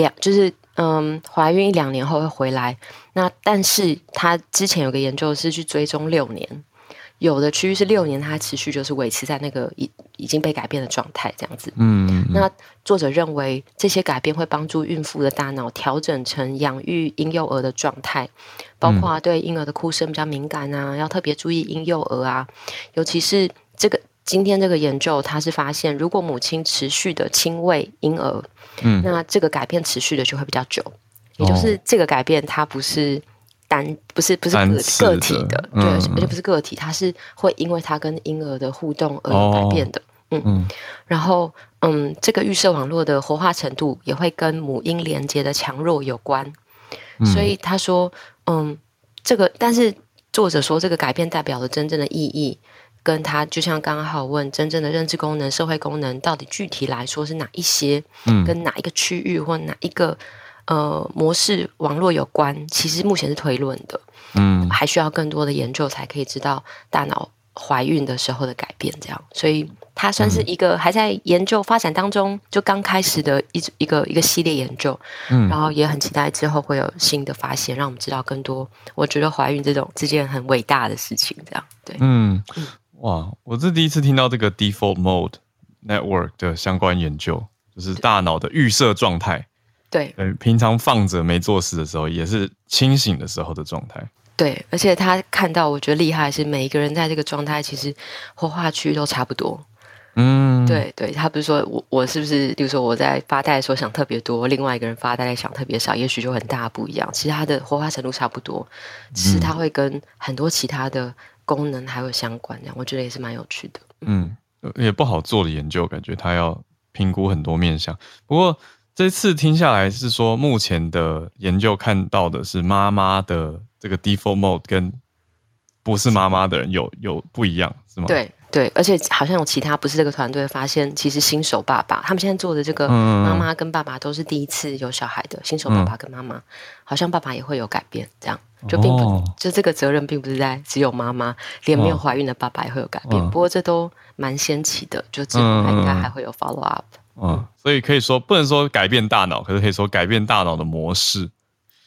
1-2年后会回来。那但是他之前有个研究是去追踪6年，有的区域是6年，它持续就是维持在那个已经被改变的状态这样子。那作者认为这些改变会帮助孕妇的大脑调整成养育婴幼儿的状态，包括对婴儿的哭声比较敏感啊，要特别注意婴幼儿啊，尤其是今天这个研究，它是发现，如果母亲持续的亲喂婴儿，那这个改变持续的就会比较久，也就是这个改变它不是个体的，对，而且不是个体，它是会因为它跟婴儿的互动而有改变的。然后这个预设网络的活化程度也会跟母婴连接的强弱有关，所以他说，但是作者说这个改变代表了真正的意义。跟他就像刚刚还有问真正的认知功能、社会功能到底具体来说是哪一些，跟哪一个区域或哪一个模式网络有关，其实目前是推论的，还需要更多的研究才可以知道大脑怀孕的时候的改变这样，所以它算是一个还在研究发展当中，就刚开始的一个系列研究，然后也很期待之后会有新的发现，让我们知道更多。我觉得怀孕这件很伟大的事情，这样对， 哇，我是第一次听到这个 Default Mode Network 的相关研究，就是大脑的预设状态。对，平常放着没做事的时候，也是清醒的时候的状态。 对，而且他看到，我觉得厉害是每一个人在这个状态，其实活化区都差不多。对，他不是说我是不是，比如说我在发呆的时候想特别多，另外一个人发呆在想特别少，也许就很大不一样。其实他的活化程度差不多，只是他会跟很多其他的功能还有相关，这样我觉得也是蛮有趣的。 也不好做的研究，感觉他要评估很多面向。不过这次听下来是说，目前的研究看到的是妈妈的这个 default mode 跟不是妈妈的人有不一样，是吗？ 对，而且好像有其他不是这个团队发现，其实新手爸爸他们现在做的这个妈妈跟爸爸都是第一次有小孩的新手爸爸跟妈妈，好像爸爸也会有改变，这样就并不就这个责任并不是在只有妈妈，连没有怀孕的爸爸也会有改变。不过这都蛮先期的，就之后应该还会有 follow up。 所以可以说不能说改变大脑，可是可以说改变大脑的模式。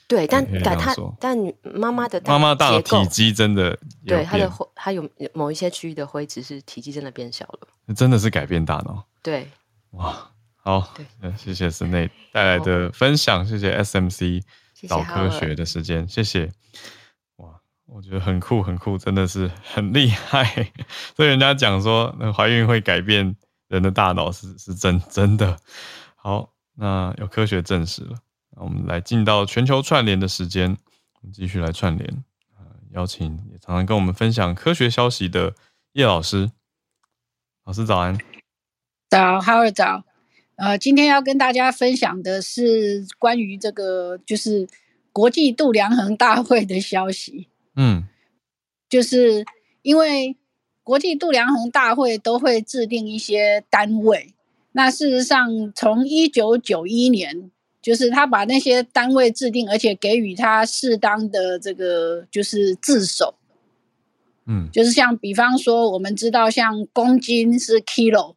对，但妈妈的大脑体积真的有变， 对，它有某一些区域的灰质是体积真的变小了， 真的是改变大脑。 对， 哇，好，谢谢史内带来的分享，谢谢 SMC 脑科学的时间，谢谢。哇，我觉得很酷很酷，真的是很厉害。所以人家讲说，怀孕会改变人的大脑是真的。好，那有科学证实了。那我们来进到全球串联的时间，我们继续来串联。邀请也常常跟我们分享科学消息的叶老师。老师早安。 早，哈尔早。今天要跟大家分享的是关于这个就是国际度量衡大会的消息。就是因为国际度量衡大会都会制定一些单位，那事实上从1991年，就是他把那些单位制定，而且给予他适当的这个就是字首。就是像比方说我们知道像公斤是 kilo，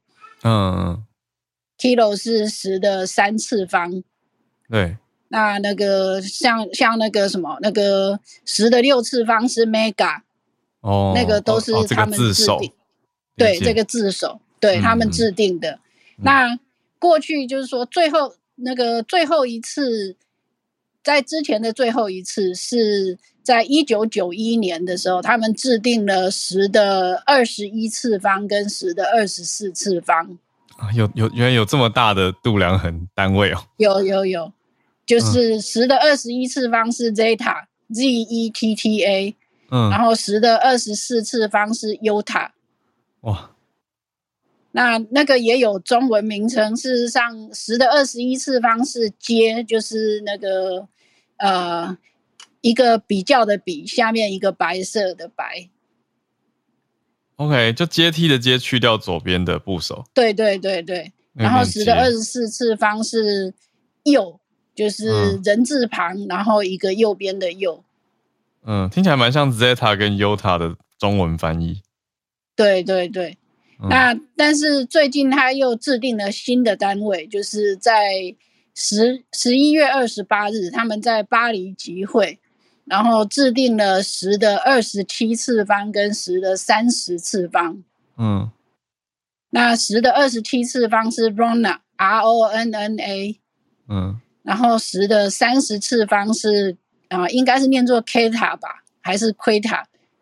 kilo 是10的3次方， 对。 那个像那个什么那个10的6次方是 mega， 那个都是他们制定，对，这个字首，对，他们制定的。那过去就是说最后一次，在之前的最后一次是在1991年的时候，他们制定了10的21次方跟10的24次方。 原来有这么大的度量衡单位哦。 有，就是10的21次方是 zeta ZETTA，然后10的24次方是 iota。 哇， 那个也有中文名称，事实上10的21次方是阶，就是那个一个比较的比，下面一个白色的白。 OK， 就阶梯的阶去掉左边的部首。 对。然后10的24次方是右，就是人字旁，然后一个右边的右。 听起来蛮像 Zeta 跟 Iota 的中文翻译。 对。那但是最近他又制定了新的单位，就是在11月28日，他们在巴黎集会，然后制定了10的27次方跟10的30次方。那10的27次方是 Ronna RONNA。然后10的30次方是应该是念作 Quetta 吧，还是 Quetta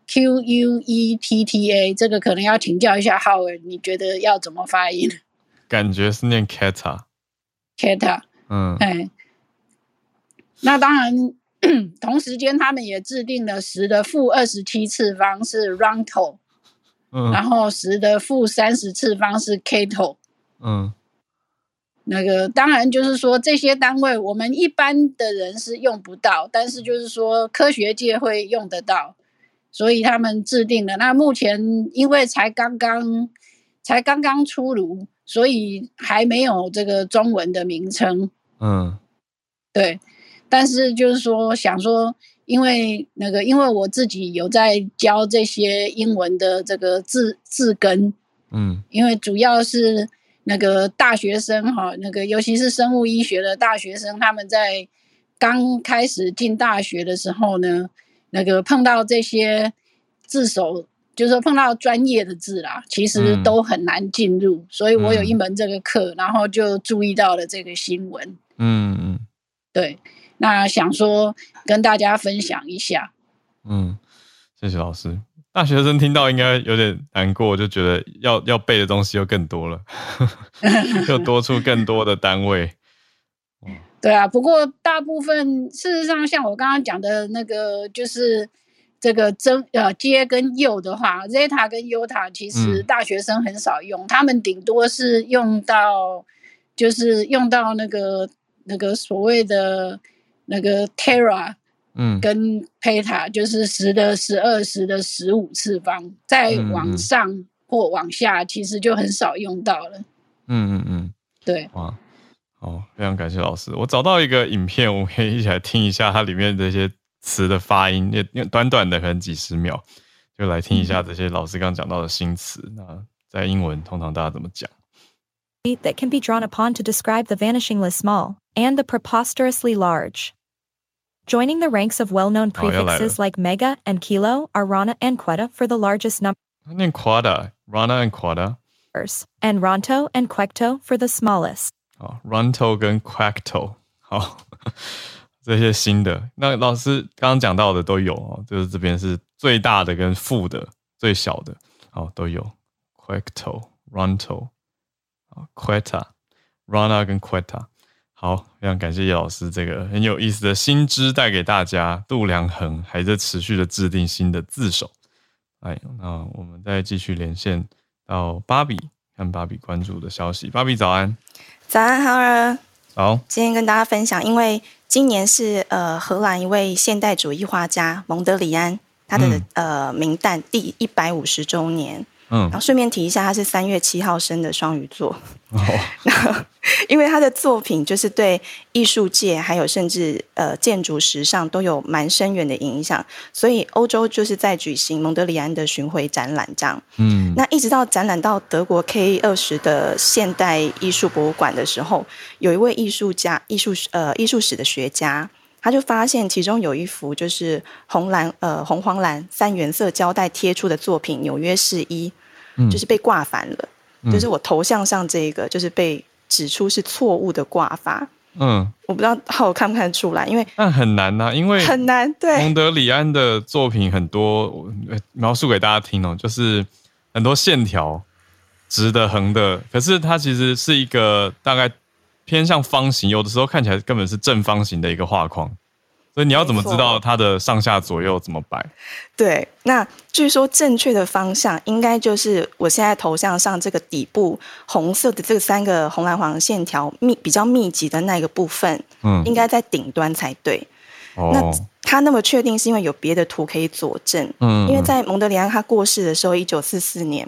QUETTA， 这个可能要请教一下浩尔，你觉得要怎么发音？ 感觉是念 Quetta。 那当然同时间他们也制定了10的-27次方是 Ronto，然后10的-30次方是 Cato。那个当然就是说这些单位我们一般的人是用不到，但是就是说科学界会用得到，所以他们制定了。那目前因为才刚刚出炉，所以还没有这个中文的名称。对。但是就是说想说，因为我自己有在教这些英文的这个字根，因为主要是那个大学生尤其是生物医学的大学生，他们在刚开始进大学的时候呢，碰到这些字首，就是说碰到专业的字啦，其实都很难进入，所以我有一门这个课，然后就注意到了这个新闻。对。那想说跟大家分享一下。 谢谢老师。大学生听到应该有点难过，就觉得要背的东西又更多了又多出更多的单位。 对啊，不过大部分事实上像我刚刚讲的那个就是这个阶跟右的话 Zeta 跟 Iota 其实大学生很少用，他们顶多是用到那个所谓的那个 Tera跟 Peta， 就是10的12、10的15次方，再往上或往下其实就很少用到了。对。 哇，好，非常感谢老师。我找到一个影片，我们可以一起来听一下它里面这些词的发音，短短的可能几十秒，就来听一下这些老师刚讲到的新词。那在英文通常大家怎么讲 ？That can be drawn upon to describe the vanishingly small and the preposterously large. Joining the ranks of well-known prefixes like mega and kilo are Rana and Quetta for the largest number. Rana and Quetta. And Ronto and Quecto for the smallest. Ronto 跟 Quecto 好这些新的，那老师刚刚讲到的都有就是这边是最大的跟负的最小的都有 Quecto、Ronto、Quetta、Rana 跟 Quetta。好，非常感谢叶老师这个很有意思的新知带给大家。度量衡还在持续的制定新的字首。那我们再继续连线到芭比，看芭比关注的消息。芭比早安。 早安，浩儿。 好， 今天跟大家分享，因为今年是荷兰一位现代主义画家蒙德里安他的冥诞第150周年。然后顺便提一下，他是3月7号生的双鱼座。因为他的作品就是对艺术界还有甚至建筑时尚都有蛮深远的影响，所以欧洲就是在举行蒙德里安的巡回展览这样。那一直到展览到德国 K20 的现代艺术博物馆的时候，有一位艺术史的学家，他就发现其中有一幅就是红黄蓝3原色胶带贴出的作品《纽约市一》，就是被挂反了。就是我头像上这个就是被指出是错误的挂法。我不知道浩看不看得出来，因为那很难啊，因为很难。对， 蒙德里安的作品很多，我描述给大家听就是很多线条，直的、横的，可是它其实是一个大概偏向方形，有的时候看起来根本是正方形的一个画框。所以你要怎么知道它的上下左右怎么摆？对， 那据说正确的方向应该就是我现在头像上这个底部红色的这3个红蓝黄线条比较密集的那个部分，应该在顶端才对。那他那么确定是因为有别的图可以佐证。因为在蒙德里安他过世的时候1944年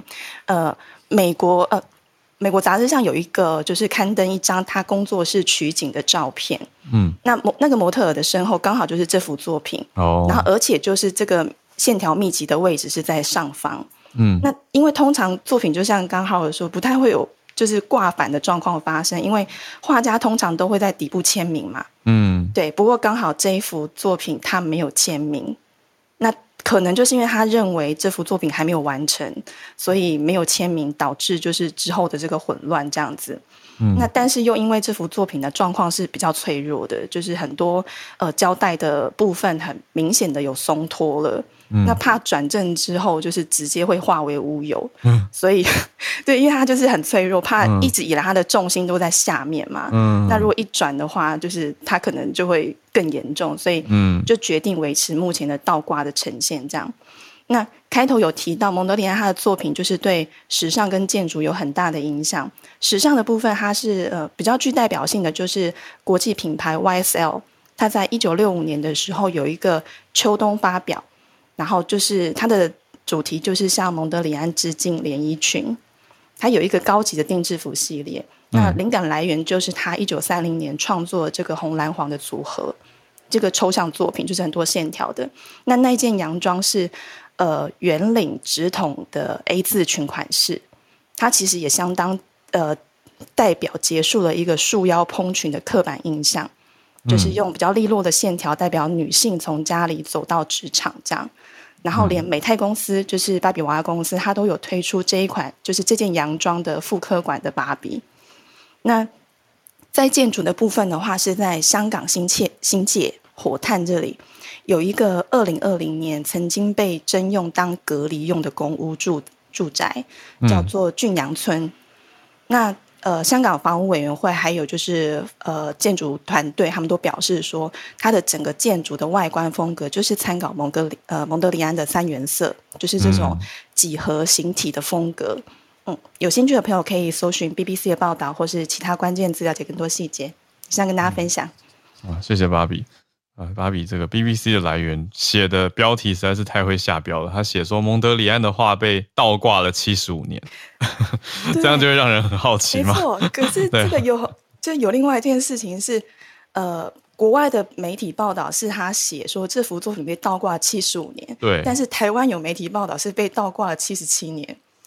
美国杂志上有一个就是刊登一张他工作室取景的照片。那个模特儿的身后刚好就是这幅作品。然后而且就是这个线条密集的位置是在上方。那因为通常作品就像刚浩尔说不太会有就是挂反的状况发生，因为画家通常都会在底部签名嘛。对，不过刚好这一幅作品他没有签名，那可能就是因为他认为这幅作品还没有完成，所以没有签名，导致就是之后的这个混乱这样子。那但是又因为这幅作品的状况是比较脆弱的，就是很多胶带的部分很明显的有松脱了。那怕转正之后就是直接会化为乌有。所以对，因为它就是很脆弱，怕一直以来它的重心都在下面嘛。那如果一转的话，就是它可能就会更严重，所以就决定维持目前的倒挂的呈现这样。那开头有提到蒙德里安他的作品就是对时尚跟建筑有很大的影响。时尚的部分它是比较具代表性的就是国际品牌 YSL， 它在1965年的时候有一个秋冬发表，然后就是它的主题就是向蒙德里安致敬连衣裙。它有一个高级的定制服系列，那灵感来源就是他1930年创作这个红蓝黄的组合，这个抽象作品就是很多线条的。那一件洋装是圆领直筒的 A 字裙款式，它其实也相当代表结束了一个束腰蓬裙的刻板印象，就是用比较利落的线条代表女性从家里走到职场这样。然后连美泰公司就是芭比娃娃公司，它都有推出这一款就是这件洋装的复刻款的芭比。那在建筑的部分的话，是在香港新界火炭这里有一个2020年曾经被征用当隔离用的公屋住宅，叫做俊阳村。那香港房屋委员会还有就是建筑团队，他们都表示说，它的整个建筑的外观风格就是参考蒙德里安的3原色，就是这种几何形体的风格。有兴趣的朋友可以搜寻 BBC 的报道或是其他关键字了解更多细节，想跟大家分享。 谢谢芭比。芭比这个 BBC 的来源写的标题实在是太会下标了，他写说蒙德里安的画被倒挂了75年。这样就会让人很好奇嘛。 没错，可是这个有另外一件事情是国外的媒体报道是他写说这幅作品被倒挂75年， 对， 但是台湾有媒体报道是被倒挂了77年。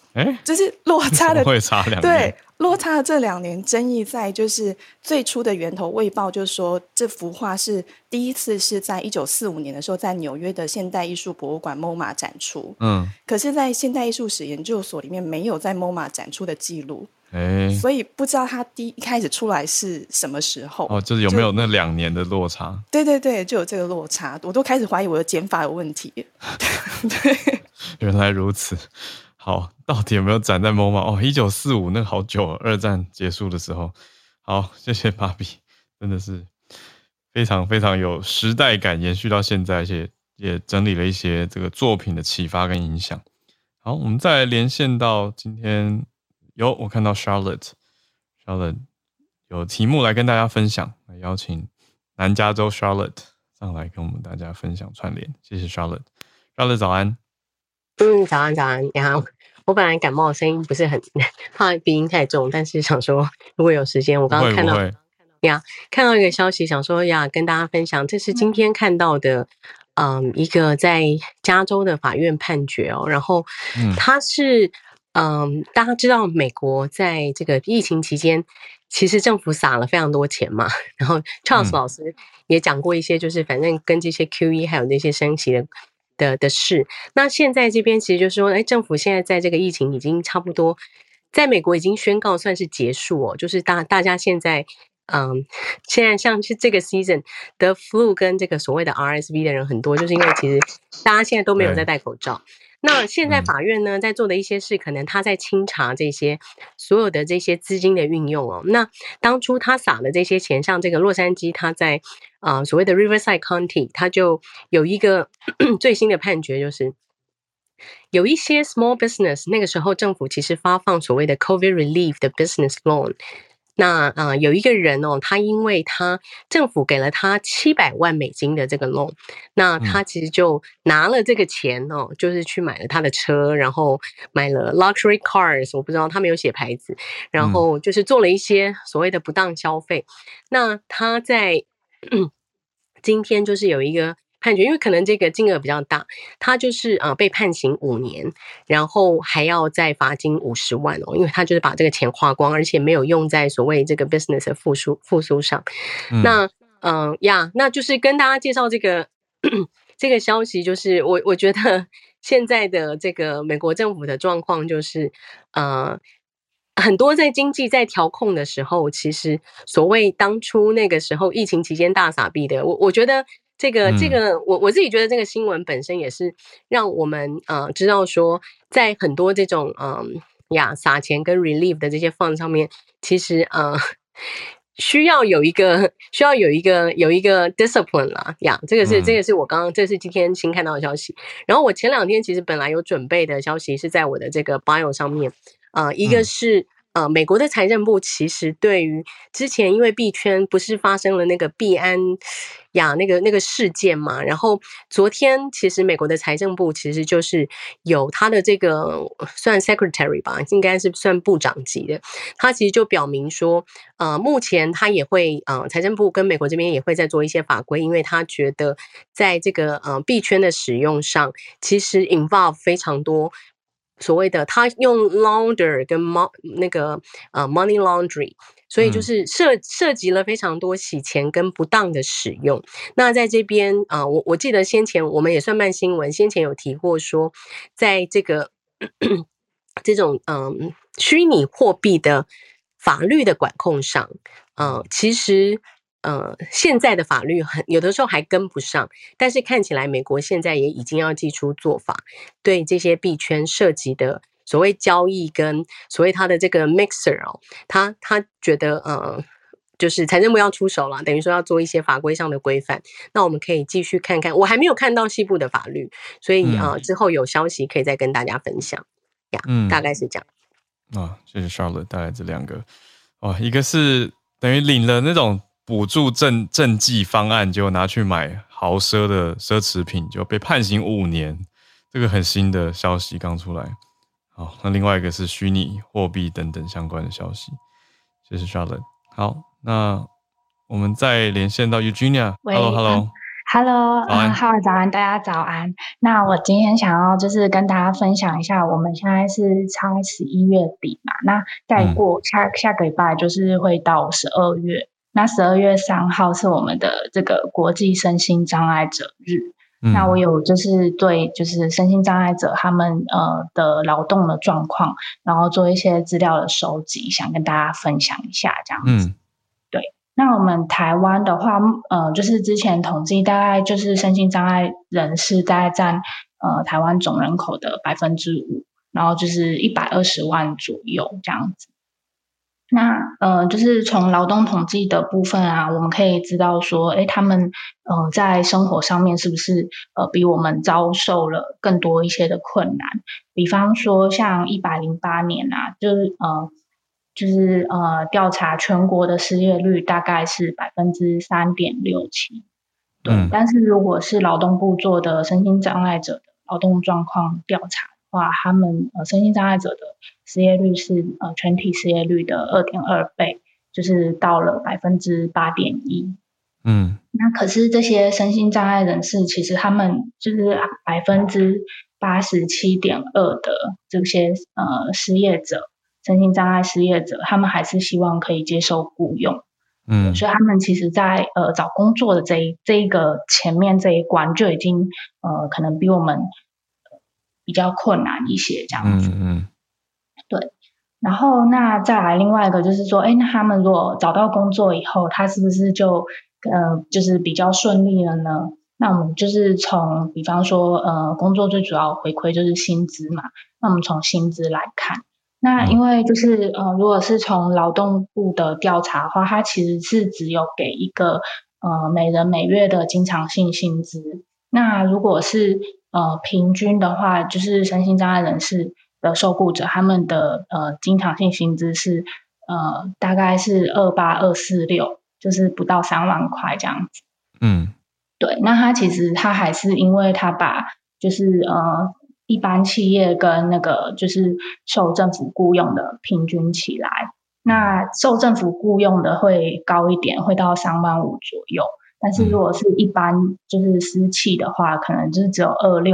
就是落差的会差2年， 对，落差的这2年争议在就是最初的源头卫报就说这幅画是第一次是在1945年的时候在纽约的现代艺术博物馆 MoMA 展出，可是在现代艺术史研究所里面没有在 MoMA 展出的记录，所以不知道他一开始出来是什么时候， 就是有没有那2年的落差？ 对对对，就有这个落差，我都开始怀疑我的减法有问题。对， 原来如此。好，到底有没有展在 MoMA？1945那个好久了，2战结束的时候。好，谢谢芭比，真的是非常非常有时代感，延续到现在，而且也整理了一些这个作品的启发跟影响。好，我们再来连线到今天我看到 Charlotte 有题目来跟大家分享，来邀请南加州 Charlotte 上来跟我们大家分享串联。谢谢 Charlotte 早安。 早安，你好。我本来感冒，声音不是很怕鼻音太重，但是想说如果有时间，我刚刚看到一个消息，想说跟大家分享，这是今天看到的，一个在加州的法院判决哦，然后它是大家知道美国在这个疫情期间，其实政府撒了非常多钱嘛，然后 Charles 老师也讲过一些，就是反正跟这些 QE 还有那些升息的事。那现在这边其实就是说，政府现在在这个疫情已经差不多，在美国已经宣告算是结束哦，就是大家现在现在像是这个 season 得 flu 跟这个所谓的 RSV 的人很多，就是因为其实大家现在都没有在戴口罩。那现在法院呢在做的一些事，可能他在清查这些所有的这些资金的运用哦。那当初他撒的这些钱，像这个洛杉矶，他在所谓的 Riverside County， 他就有一个最新的判决，就是有一些 small business， 那个时候政府其实发放所谓的 COVID relief 的 business loan。那有一个人哦，他因为他政府给了他$700万的这个 loan， 那他其实就拿了这个钱哦，就是去买了他的车，然后买了 luxury cars， 我不知道他没有写牌子，然后就是做了一些所谓的不当消费。那他在今天就是有一个判决，因为可能这个金额比较大，他就是被判刑5年，然后还要再罚金50万哦，因为他就是把这个钱花光，而且没有用在所谓这个 business 的复苏上。那那就是跟大家介绍这个这个消息，就是我觉得现在的这个美国政府的状况就是很多在经济在调控的时候，其实所谓当初那个时候疫情期间大撒币的，我觉得这个我自己觉得这个新闻本身也是让我们知道说，在很多这种撒钱跟 relief 的这些 fund 上面，其实需要有一个 discipline 啦这个是我这是今天新看到的消息。然后我前2天其实本来有准备的消息是在我的这个 bio 上面，一个是美国的财政部其实对于之前因为币圈不是发生了那个币安那个事件嘛，然后昨天其实美国的财政部其实就是有他的这个算 secretary 吧，应该是算部长级的，他其实就表明说目前他也会财政部跟美国这边也会再做一些法规，因为他觉得在这个币圈的使用上其实 involve 非常多所谓的他用 launder 跟那个money laundry， 所以就是涉及了非常多洗钱跟不当的使用。那在这边我记得先前我们也算慢新闻，先前有提过说，在这个这种虚拟货币的法律的管控上，其实现在的法律有的时候还跟不上，但是看起来美国现在也已经要祭出做法，对这些币圈涉及的所谓交易跟所谓他的这个 mixer 他觉得就是财政部要出手了，等于说要做一些法规上的规范。那我们可以继续看看，我还没有看到细部的法律，所以之后有消息可以再跟大家分享大概是这样。 谢谢 Charlotte 带来这2个一个是等于领了那种补助政绩方案，就拿去买豪奢的奢侈品，就被判刑5年，这个很新的消息刚出来。好，那另外一个是虚拟货币等等相关的消息。谢谢 Charlotte。好，那我们再连线到 Eugenia。Hello。 Hello，早安，大家早安。那我今天想要就是跟大家分享一下，我们现在是差11月底嘛，那再过下个礼拜就是会到12月。那12月3号是我们的这个国际身心障碍者日。那我有就是对就是身心障碍者他们的劳动的状况，然后做一些资料的收集，想跟大家分享一下这样子。对。那我们台湾的话，就是之前统计大概就是身心障碍人士大概占台湾总人口的5%，然后就是120万左右这样子。那就是从劳动统计的部分啊，我们可以知道说，他们在生活上面是不是比我们遭受了更多一些的困难？比方说像108年啊，就是调查全国的失业率大概是3.67%，对。但是如果是劳动部做的身心障碍者的劳动状况调查的话，他们身心障碍者的失业率是全体失业率的2.2倍，就是到了8.1%。那可是这些身心障碍人士，其实他们就是87.2%的这些失业者。身心障碍失业者，他们还是希望可以接受雇用，所以他们其实在找工作的这一个前面这一关就已经可能比我们比较困难一些这样子。对。然后那再来另外一个就是说，那他们如果找到工作以后，他是不是就是比较顺利了呢？那我们就是从比方说工作最主要回馈就是薪资嘛，那我们从薪资来看。那因为就是如果是从劳动部的调查的话，它其实是只有给一个每人每月的经常性薪资。那如果是平均的话，就是身心障碍人士的受雇者，他们的经常性薪资是大概是28246，就是不到3万块这样子。对。那他其实他还是因为他把就是一般企业跟那个就是受政府雇用的平均起来，那受政府雇用的会高一点，会到3万5左右。但是如果是一般就是私企的话，可能就是只有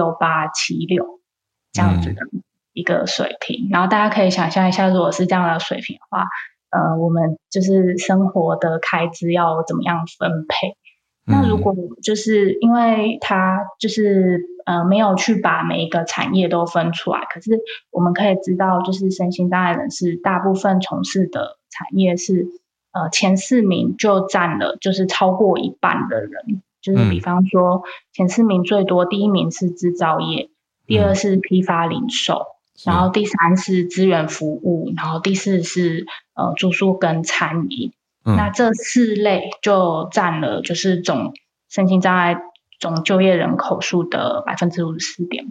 26876这样子的一个水平。然后大家可以想象一下，如果是这样的水平的话，我们就是生活的开支要怎么样分配？那如果就是因为他就是没有去把每一个产业都分出来，可是我们可以知道，就是身心障碍人士大部分从事的产业是前4名就占了就是超过一半的人，就是比方说前4名最多，第1名是制造业，第2是批发零售，然后第3是资源服务，然后第4是住宿跟餐饮。那这4类就占了就是总身心障碍总就业人口数的54.8%。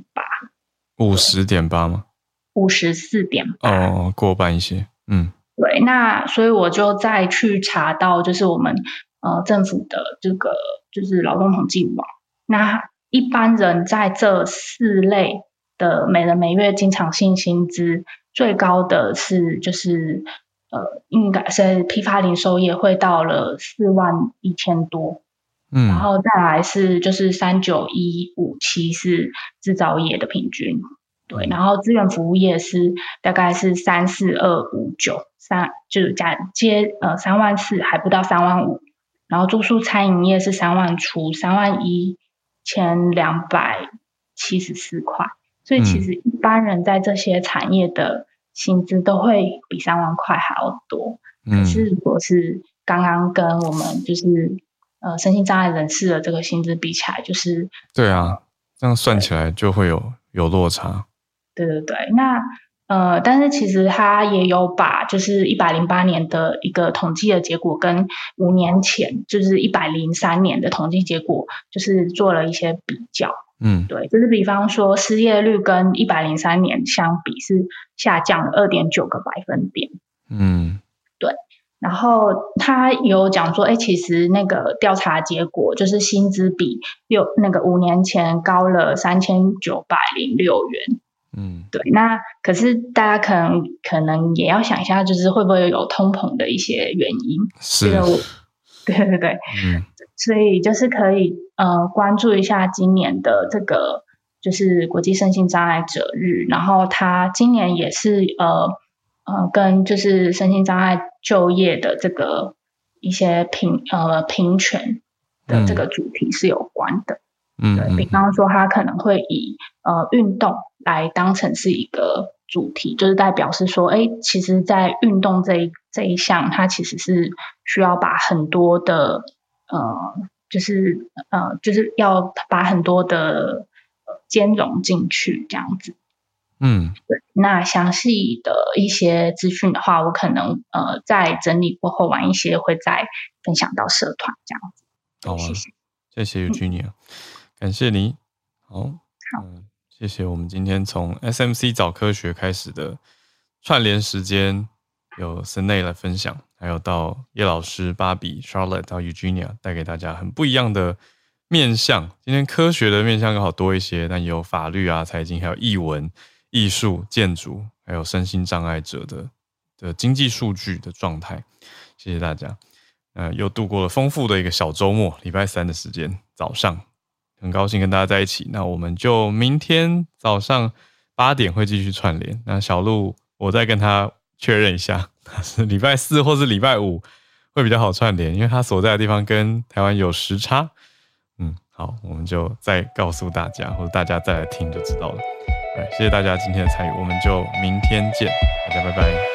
50.8吗 ？54.8%。 过半一些。 对。那所以我就再去查到就是我们政府的这个就是劳动统计网，那一般人在这4类的每人每月经常性薪资最高的是就是应该是批发零售业会到了41000多，然后再来是就是39157是制造业的平均，对。然后资源服务业是大概是34259，就是接3万4还不到3万5，然后住宿餐饮业是3万出31274块，所以其实一般人在这些产业的薪资都会比3万块还要多。可是如果是刚刚跟我们就是身心障碍人士的这个薪资比起来，就是对啊，这样算起来就会有落差。 对对对。那但是其实他也有把就是108年的一个统计的结果跟5年前就是103年的统计结果就是做了一些比较。对，就是比方说失业率跟103年相比是下降了2.9个百分点。对。然后他有讲说，其实那个调查结果就是薪资比5年前高了3906元。对。那可是大家可能也要想一下，就是会不会有通膨的一些原因？ 是。 对对对。所以就是可以关注一下今年的这个就是国际身心障碍者日，然后他今年也是跟就是身心障碍就业的这个一些平权的这个主题是有关的。对，比方说他可能会以运动来当成是一个主题，就是代表是说，其实在运动这一项，它其实是需要把很多的就是要把很多的兼容进去这样子。对。那详细的一些资讯的话，我可能在整理过后晚一些会再分享到社团这样子。 好啊，谢谢 Eugenia， 感谢你。好，谢谢我们今天从 SMC 早科学开始的串联时间，有 Senay 来分享，还有到叶老师、芭比、Charlotte 到 Eugenia 带给大家很不一样的面向。今天科学的面向刚好多一些，但也有法律啊、财经，还有艺文、艺术、建筑，还有身心障碍者的经济数据的状态。谢谢大家。又度过了丰富的一个小周末，礼拜三的时间早上，很高兴跟大家在一起。那我们就明天早上8点会继续串联。那小鹿我再跟他确认一下，他是礼拜4或是礼拜5会比较好串联，因为他所在的地方跟台湾有时差。好，我们就再告诉大家，或者大家再来听就知道了。谢谢大家今天的参与，我们就明天见，大家拜拜。